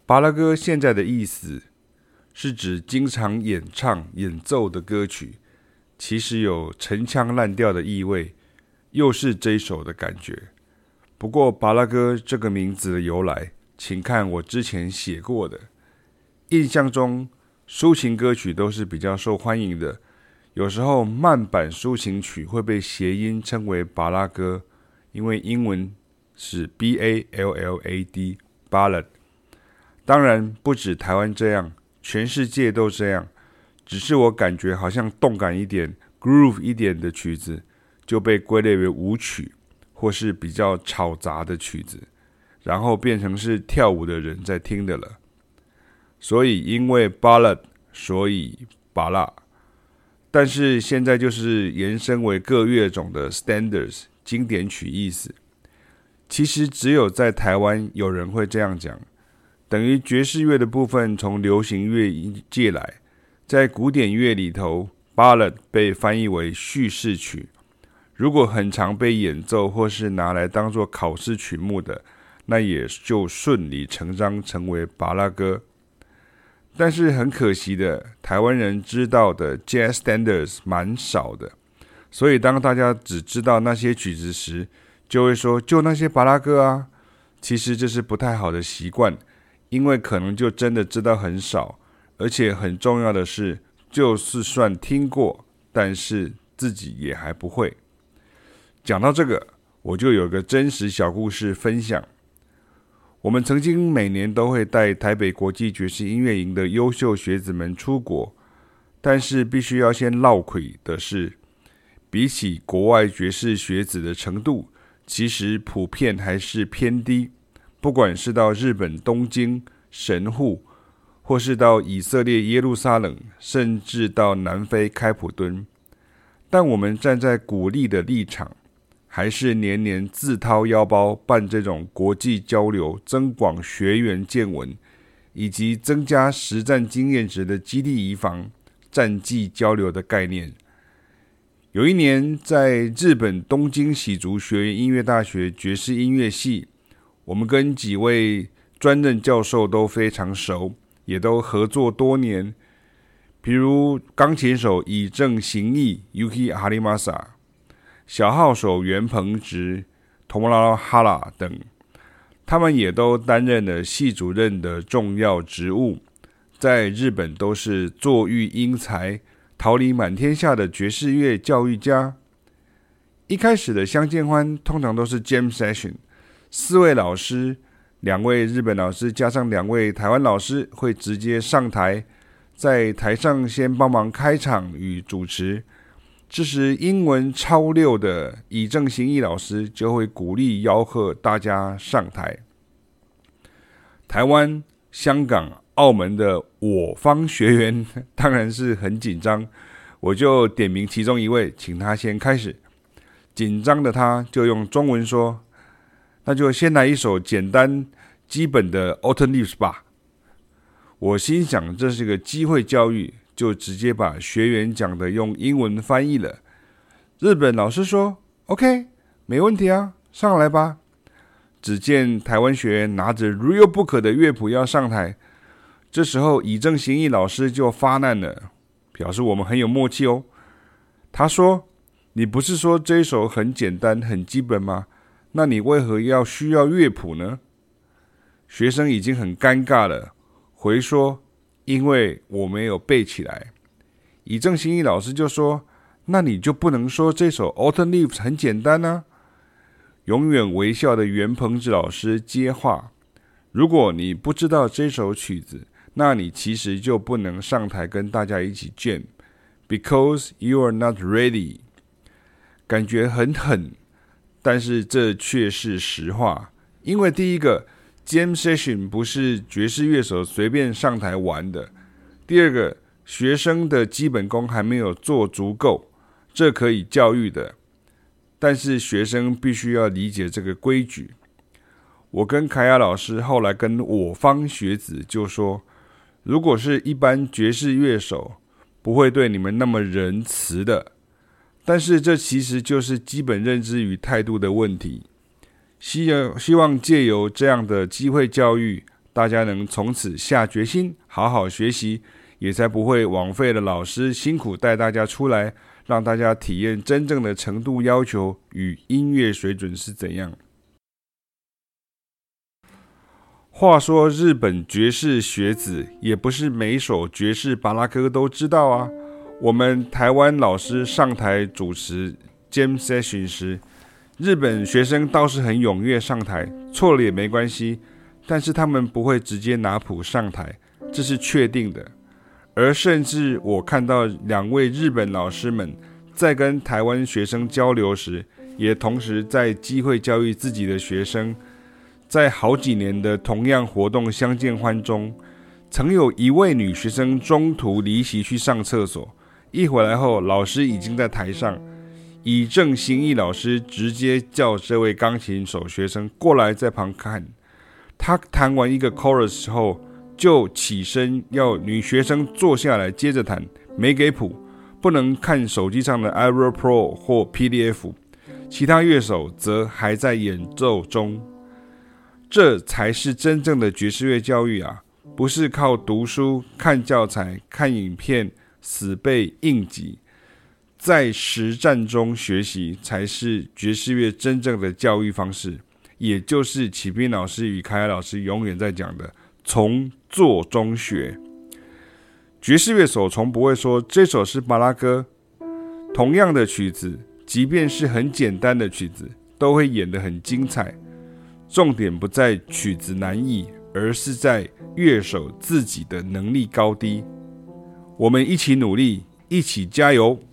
巴拉歌现在的意思是指经常演唱、演奏的歌曲，其实有陈腔滥调的意味，又是这一首的感觉。不过巴拉歌这个名字的由来，请看我之前写过的。印象中抒情歌曲都是比较受欢迎的，有时候慢板抒情曲会被谐音称为巴拉歌，因为英文是 B-A-L-L-A-D Ballad。 当然不止台湾这样，全世界都这样，只是我感觉好像动感一点 groove 一点的曲子就被归类为舞曲，或是比较吵杂的曲子，然后变成是跳舞的人在听的了。所以因为 ballad 所以芭乐，但是现在就是延伸为各乐种的 standards 经典曲意思。其实只有在台湾有人会这样讲，等于爵士乐的部分从流行乐借来，在古典乐里头 ballad 被翻译为叙事曲，如果很常被演奏或是拿来当作考试曲目的，那也就顺理成章成为芭乐歌。但是很可惜的，台湾人知道的 jazz standards 蛮少的，所以当大家只知道那些曲子时，就会说就那些芭乐歌啊。其实这是不太好的习惯，因为可能就真的知道很少，而且很重要的是，就是算听过，但是自己也还不会。讲到这个，我就有个真实小故事分享。我们曾经每年都会带台北国际爵士音乐营的优秀学子们出国，但是必须要先落亏的是，比起国外爵士学子的程度，其实普遍还是偏低。不管是到日本东京、神户，或是到以色列耶路撒冷，甚至到南非开普敦，但我们站在鼓励的立场，还是年年自掏腰包办这种国际交流，增广学员见闻，以及增加实战经验值的基地移防、战绩交流的概念。有一年在日本东京喜族学院音乐大学爵士音乐系，我们跟几位专任教授都非常熟，也都合作多年，比如钢琴手乙正行义 Yuki Harimasa、小号手袁鹏直、Tomohiro Hara 等，他们也都担任了系主任的重要职务，在日本都是坐育英才、桃李满天下的爵士乐教育家。一开始的相见欢通常都是 Jam Session， 4位老师，2位日本老师加上2位台湾老师会直接上台，在台上先帮忙开场与主持。这时英文超溜的乙正行义老师就会鼓励吆喝大家上台。台湾、香港、澳门的我方学员当然是很紧张，我就点名其中一位，请他先开始。紧张的他就用中文说，那就先来一首简单基本的 Autumn Leaves 吧。我心想这是个机会教育，就直接把学员讲的用英文翻译了。日本老师说 OK 没问题啊，上来吧。只见台湾学员拿着 Real Book 的乐谱要上台，这时候乙正行义老师就发难了，表示我们很有默契哦。他说，你不是说这一首很简单很基本吗？那你为何需要乐谱呢？学生已经很尴尬了，回说因为我没有背起来。乙正行义老师就说，那你就不能说这首 Autumn Leaves 很简单啊。永远微笑的袁鹏志老师接话，如果你不知道这首曲子，那你其实就不能上台跟大家一起 jam because you are not ready。 感觉很狠，但是这却是实话。因为第一个 jam session 不是爵士乐手随便上台玩的，第二个学生的基本功还没有做足够，这可以教育的，但是学生必须要理解这个规矩。我跟凯亚老师后来跟我方学子就说，如果是一般爵士乐手，不会对你们那么仁慈的，但是这其实就是基本认知与态度的问题。希望借由这样的机会教育， 大家能从此下决心好好学习，也才不会枉费了老师辛苦带大家出来，让大家体验真正的程度要求与音乐水准是怎样。话说日本爵士学子也不是每首爵士巴拉歌都知道啊。我们台湾老师上台主持 Jam Session 时，日本学生倒是很踊跃上台，错了也没关系，但是他们不会直接拿谱上台，这是确定的。而甚至我看到2位日本老师们在跟台湾学生交流时，也同时在机会教育自己的学生。在好几年的同样活动相见欢中，曾有1位女学生中途离席去上厕所，一回来后，老师已经在台上，以正心意老师直接叫这位钢琴手学生过来在旁看。他弹完一个 chorus 后，就起身要女学生坐下来接着弹，没给谱，不能看手机上的 Aero Pro 或 PDF， 其他乐手则还在演奏中。这才是真正的爵士乐教育啊，不是靠读书、看教材、看影片、死背硬记，在实战中学习才是爵士乐真正的教育方式，也就是启斌老师与凯凯老师永远在讲的从做中学。爵士乐手从不会说这首是巴拉歌，同样的曲子，即便是很简单的曲子，都会演得很精彩。重点不在曲子难易，而是在乐手自己的能力高低。我们一起努力，一起加油。